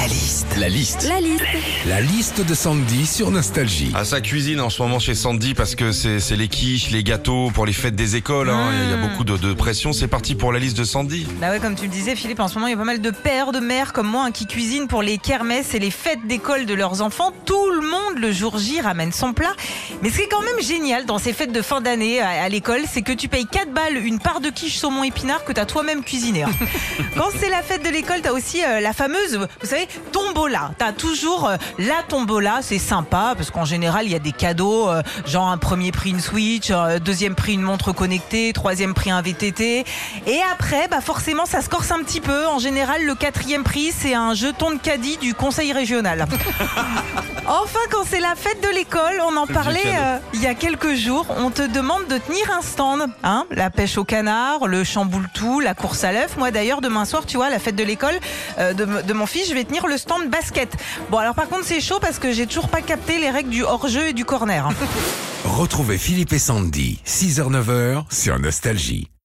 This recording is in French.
La liste. La liste. La liste. La liste de Sandy sur Nostalgie. À sa cuisine en ce moment chez Sandy parce que c'est les quiches, les gâteaux pour les fêtes des écoles. Il y a beaucoup de pression. C'est parti pour la liste de Sandy. Bah ouais, comme tu le disais, Philippe, en ce moment, il y a pas mal de pères, de mères comme moi qui cuisinent pour les kermesses et les fêtes d'école de leurs enfants. Tout le monde, le jour J, ramène son plat. Mais ce qui est quand même génial dans ces fêtes de fin d'année à l'école, c'est que tu payes 4 balles une part de quiche saumon épinard que tu as toi-même cuisiné. Quand c'est la fête de l'école, tu as aussi la fameuse, vous savez, tombola. Tu as toujours la tombola, c'est sympa parce qu'en général, il y a des cadeaux, genre un premier prix une Switch, deuxième prix une montre connectée, troisième prix un VTT. Et après, forcément, ça se corse un petit peu. En général, le 4e prix, c'est un jeton de caddie du conseil régional. Enfin, quand c'est la fête de l'école, on en parlait il y a quelques jours, on te demande de tenir un stand. La pêche au canard, le chamboule-tout, la course à l'œuf. Moi d'ailleurs, demain soir, tu vois, la fête de l'école de mon fils, je vais tenir le stand basket. Bon, alors par contre, c'est chaud parce que j'ai toujours pas capté les règles du hors-jeu et du corner. Retrouvez Philippe et Sandy, 6h-9h sur Nostalgie.